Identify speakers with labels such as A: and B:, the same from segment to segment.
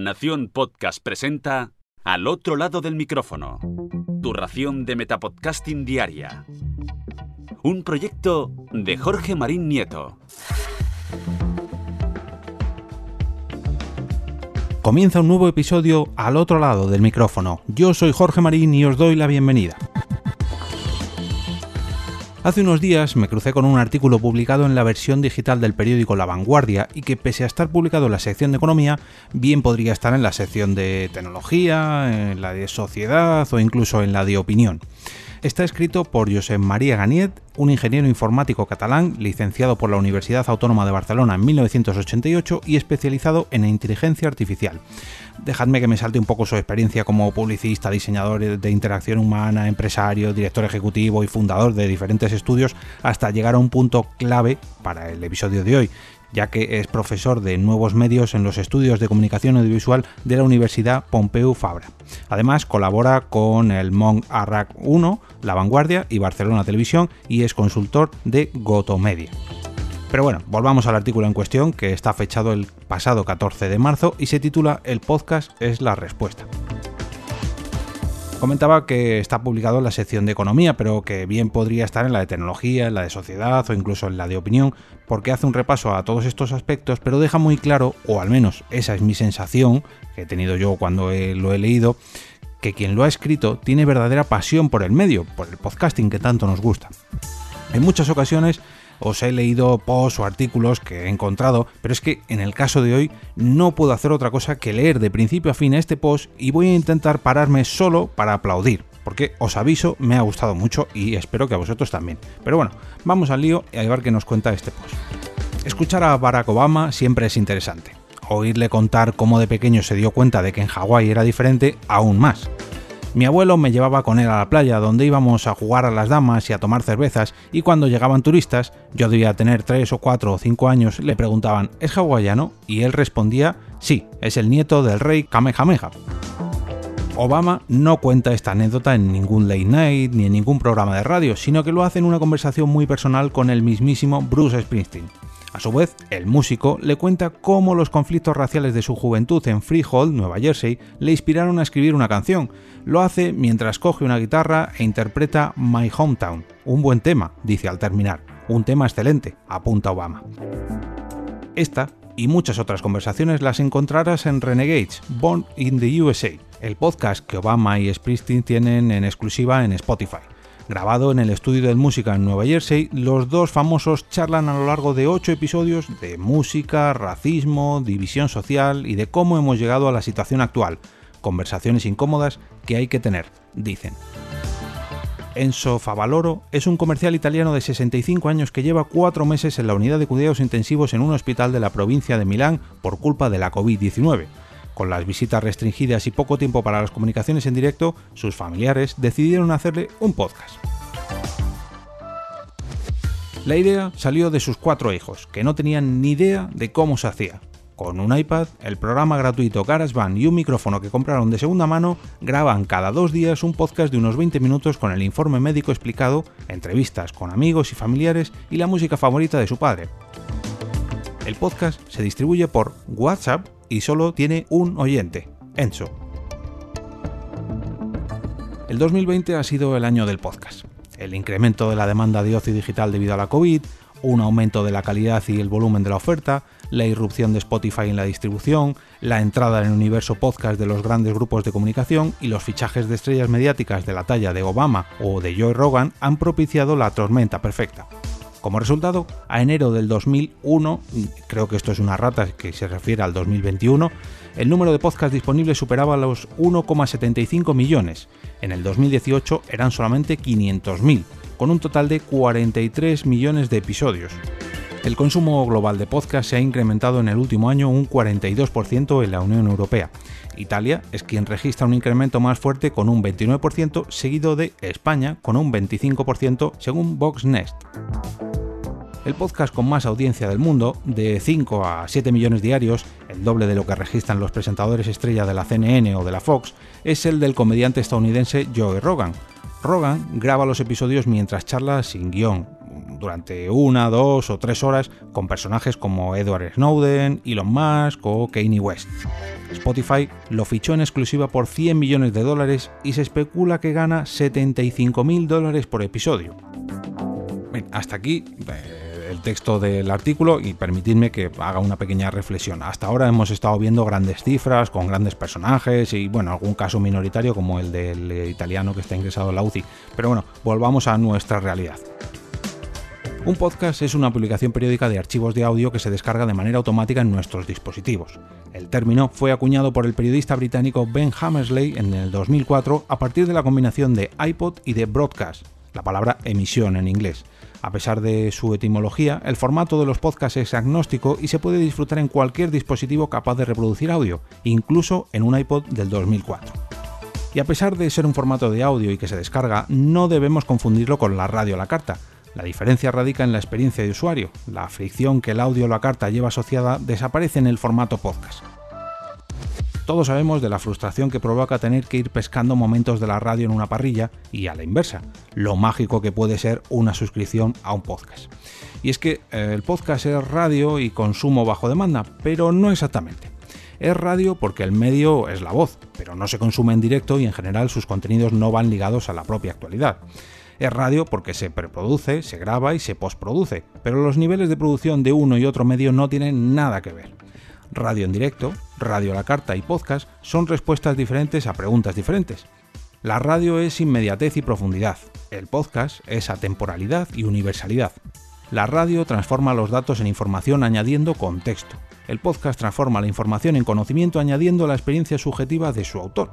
A: Nación Podcast presenta Al otro lado del micrófono, tu ración de metapodcasting diaria. Un proyecto de Jorge Marín Nieto.
B: Comienza un nuevo episodio Al otro lado del micrófono. Yo soy Jorge Marín y os doy la bienvenida. Hace unos días me crucé con un artículo publicado en la versión digital del periódico La Vanguardia y que, pese a estar publicado en la sección de Economía, bien podría estar en la sección de Tecnología, en la de Sociedad o incluso en la de Opinión. Está escrito por Josep María Ganiet, un ingeniero informático catalán, licenciado por la Universidad Autónoma de Barcelona en 1988 y especializado en inteligencia artificial. Dejadme que me salte un poco su experiencia como publicista, diseñador de interacción humana, empresario, director ejecutivo y fundador de diferentes estudios, hasta llegar a un punto clave para el episodio de hoy, ya que es profesor de nuevos medios en los estudios de comunicación audiovisual de la Universidad Pompeu Fabra. Además, colabora con el Món Arrac 1, La Vanguardia y Barcelona Televisión y es consultor de Gotomedia. Pero bueno, volvamos al artículo en cuestión, que está fechado el pasado 14 de marzo y se titula El podcast es la respuesta. Comentaba que está publicado en la sección de Economía, pero que bien podría estar en la de Tecnología, en la de Sociedad o incluso en la de Opinión, porque hace un repaso a todos estos aspectos, pero deja muy claro, o al menos esa es mi sensación, que he tenido yo cuando lo he leído, que quien lo ha escrito tiene verdadera pasión por el medio, por el podcasting que tanto nos gusta. En muchas ocasiones os he leído posts o artículos que he encontrado, pero es que en el caso de hoy no puedo hacer otra cosa que leer de principio a fin este post y voy a intentar pararme solo para aplaudir, porque os aviso, me ha gustado mucho y espero que a vosotros también. Pero bueno, vamos al lío y a ver qué nos cuenta este post. Escuchar a Barack Obama siempre es interesante. Oírle contar cómo de pequeño se dio cuenta de que en Hawái era diferente, aún más. Mi abuelo me llevaba con él a la playa, donde íbamos a jugar a las damas y a tomar cervezas, y cuando llegaban turistas, yo debía tener 3 o 4 o 5 años, le preguntaban ¿es hawaiano? Y él respondía sí, es el nieto del rey Kamehameha. Obama no cuenta esta anécdota en ningún late night ni en ningún programa de radio, sino que lo hace en una conversación muy personal con el mismísimo Bruce Springsteen. A su vez, el músico le cuenta cómo los conflictos raciales de su juventud en Freehold, Nueva Jersey, le inspiraron a escribir una canción. Lo hace mientras coge una guitarra e interpreta My Hometown. Un buen tema, dice al terminar. Un tema excelente, apunta Obama. Esta y muchas otras conversaciones las encontrarás en Renegades, Born in the USA, el podcast que Obama y Springsteen tienen en exclusiva en Spotify. Grabado en el estudio de música en Nueva Jersey, los dos famosos charlan a lo largo de 8 episodios de música, racismo, división social y de cómo hemos llegado a la situación actual. Conversaciones incómodas que hay que tener, dicen. Enzo Favaloro es un comercial italiano de 65 años que lleva 4 meses en la unidad de cuidados intensivos en un hospital de la provincia de Milán por culpa de la COVID-19. Con las visitas restringidas y poco tiempo para las comunicaciones en directo, sus familiares decidieron hacerle un podcast. La idea salió de sus 4 hijos, que no tenían ni idea de cómo se hacía. Con un iPad, el programa gratuito GarageBand y un micrófono que compraron de segunda mano, graban cada 2 días un podcast de unos 20 minutos con el informe médico explicado, entrevistas con amigos y familiares y la música favorita de su padre. El podcast se distribuye por WhatsApp y solo tiene un oyente, Enzo. El 2020 ha sido el año del podcast. El incremento de la demanda de ocio digital debido a la COVID, un aumento de la calidad y el volumen de la oferta, la irrupción de Spotify en la distribución, la entrada en el universo podcast de los grandes grupos de comunicación y los fichajes de estrellas mediáticas de la talla de Obama o de Joe Rogan han propiciado la tormenta perfecta. Como resultado, a enero del 2001, creo que esto es una rata que se refiere al 2021, el número de podcasts disponibles superaba los 1,75 millones. En el 2018 eran solamente 500.000, con un total de 43 millones de episodios. El consumo global de podcast se ha incrementado en el último año un 42% en la Unión Europea. Italia es quien registra un incremento más fuerte con un 29%, seguido de España con un 25% según Voxnest. El podcast con más audiencia del mundo, de 5 a 7 millones diarios, el doble de lo que registran los presentadores estrella de la CNN o de la Fox, es el del comediante estadounidense Joe Rogan. Rogan graba los episodios mientras charla sin guión, durante 1, 2 o 3 horas con personajes como Edward Snowden, Elon Musk o Kanye West. Spotify lo fichó en exclusiva por $100 millones y se especula que gana $75.000 por episodio. Bien, hasta aquí el texto del artículo y permitidme que haga una pequeña reflexión. Hasta ahora hemos estado viendo grandes cifras con grandes personajes y bueno, algún caso minoritario como el del italiano que está ingresado en la UCI. Pero bueno, volvamos a nuestra realidad. Un podcast es una publicación periódica de archivos de audio que se descarga de manera automática en nuestros dispositivos. El término fue acuñado por el periodista británico Ben Hammersley en el 2004 a partir de la combinación de iPod y de broadcast, la palabra emisión en inglés. A pesar de su etimología, el formato de los podcasts es agnóstico y se puede disfrutar en cualquier dispositivo capaz de reproducir audio, incluso en un iPod del 2004. Y a pesar de ser un formato de audio y que se descarga, no debemos confundirlo con la radio a la carta. La diferencia radica en la experiencia de usuario. La fricción que el audio a la carta lleva asociada desaparece en el formato podcast. Todos sabemos de la frustración que provoca tener que ir pescando momentos de la radio en una parrilla y a la inversa, lo mágico que puede ser una suscripción a un podcast. Y es que el podcast es radio y consumo bajo demanda, pero no exactamente. Es radio porque el medio es la voz, pero no se consume en directo y en general sus contenidos no van ligados a la propia actualidad. Es radio porque se preproduce, se graba y se postproduce, pero los niveles de producción de uno y otro medio no tienen nada que ver. Radio en directo, radio a la carta y podcast son respuestas diferentes a preguntas diferentes. La radio es inmediatez y profundidad, el podcast es atemporalidad y universalidad. La radio transforma los datos en información añadiendo contexto. El podcast transforma la información en conocimiento añadiendo la experiencia subjetiva de su autor.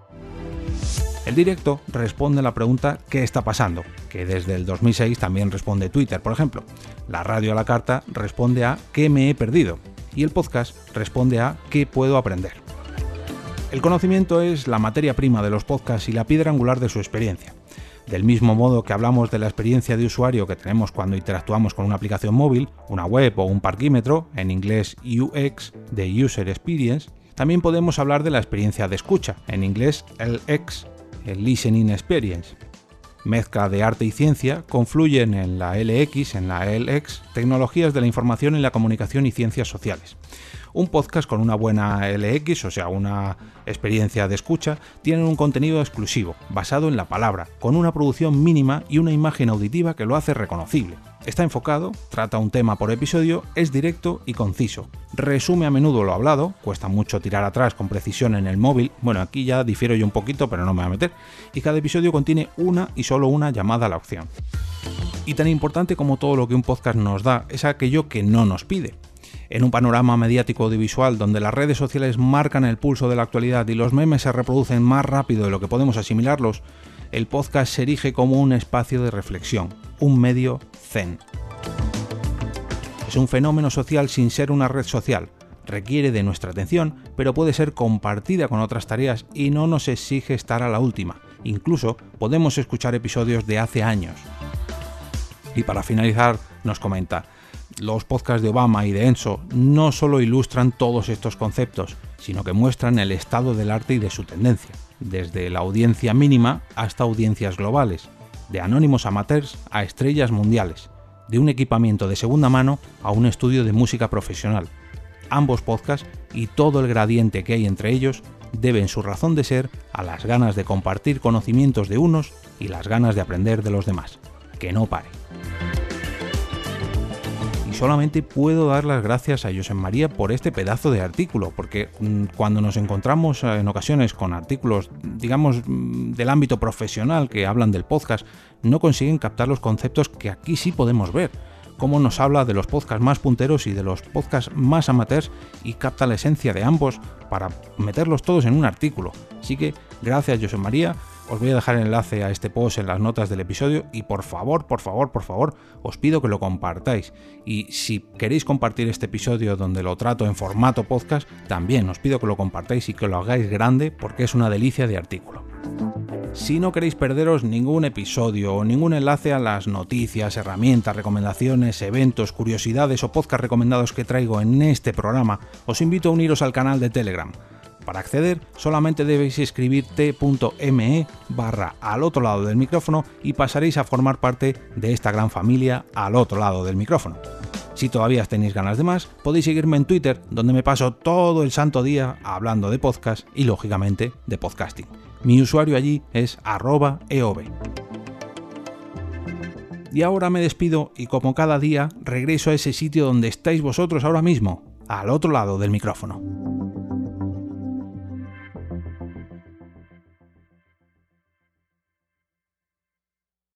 B: El directo responde a la pregunta ¿qué está pasando?, que desde el 2006 también responde Twitter, por ejemplo. La radio a la carta responde a ¿qué me he perdido?, y el podcast responde a ¿qué puedo aprender?. El conocimiento es la materia prima de los podcasts y la piedra angular de su experiencia. Del mismo modo que hablamos de la experiencia de usuario que tenemos cuando interactuamos con una aplicación móvil, una web o un parquímetro, en inglés UX, de User Experience, también podemos hablar de la experiencia de escucha, en inglés LX, el Listening Experience. Mezcla de arte y ciencia confluyen en la LX, en la LX, tecnologías de la información y la comunicación y ciencias sociales. Un podcast con una buena LX, o sea, una experiencia de escucha, tiene un contenido exclusivo, basado en la palabra, con una producción mínima y una imagen auditiva que lo hace reconocible. Está enfocado, trata un tema por episodio, es directo y conciso. Resume a menudo lo hablado, cuesta mucho tirar atrás con precisión en el móvil, bueno, aquí ya difiero yo un poquito, pero no me voy a meter, y cada episodio contiene una y solo una llamada a la opción. Y tan importante como todo lo que un podcast nos da es aquello que no nos pide. En un panorama mediático audiovisual donde las redes sociales marcan el pulso de la actualidad y los memes se reproducen más rápido de lo que podemos asimilarlos, el podcast se erige como un espacio de reflexión, un medio zen. Es un fenómeno social sin ser una red social. Requiere de nuestra atención, pero puede ser compartida con otras tareas y no nos exige estar a la última. Incluso podemos escuchar episodios de hace años. Y para finalizar, nos comenta: los podcasts de Obama y de Enso no solo ilustran todos estos conceptos, sino que muestran el estado del arte y de su tendencia, desde la audiencia mínima hasta audiencias globales, de anónimos amateurs a estrellas mundiales, de un equipamiento de segunda mano a un estudio de música profesional. Ambos podcasts y todo el gradiente que hay entre ellos deben su razón de ser a las ganas de compartir conocimientos de unos y las ganas de aprender de los demás. Que no pare. Solamente puedo dar las gracias a Josep María por este pedazo de artículo, porque cuando nos encontramos en ocasiones con artículos, digamos, del ámbito profesional que hablan del podcast, no consiguen captar los conceptos que aquí sí podemos ver. Cómo nos habla de los podcasts más punteros y de los podcasts más amateurs y capta la esencia de ambos para meterlos todos en un artículo. Así que, gracias Josep María. Os voy a dejar el enlace a este post en las notas del episodio y por favor, os pido que lo compartáis. Y si queréis compartir este episodio donde lo trato en formato podcast, también os pido que lo compartáis y que lo hagáis grande porque es una delicia de artículo. Si no queréis perderos ningún episodio o ningún enlace a las noticias, herramientas, recomendaciones, eventos, curiosidades o podcast recomendados que traigo en este programa, os invito a uniros al canal de Telegram. Para acceder solamente debéis escribir t.me/al otro lado del micrófono y pasaréis a formar parte de esta gran familia al otro lado del micrófono. Si todavía tenéis ganas de más, podéis seguirme en Twitter, donde me paso todo el santo día hablando de podcast y lógicamente de podcasting. Mi usuario allí es @eov. Y ahora me despido y como cada día regreso a ese sitio donde estáis vosotros ahora mismo, al otro lado del micrófono.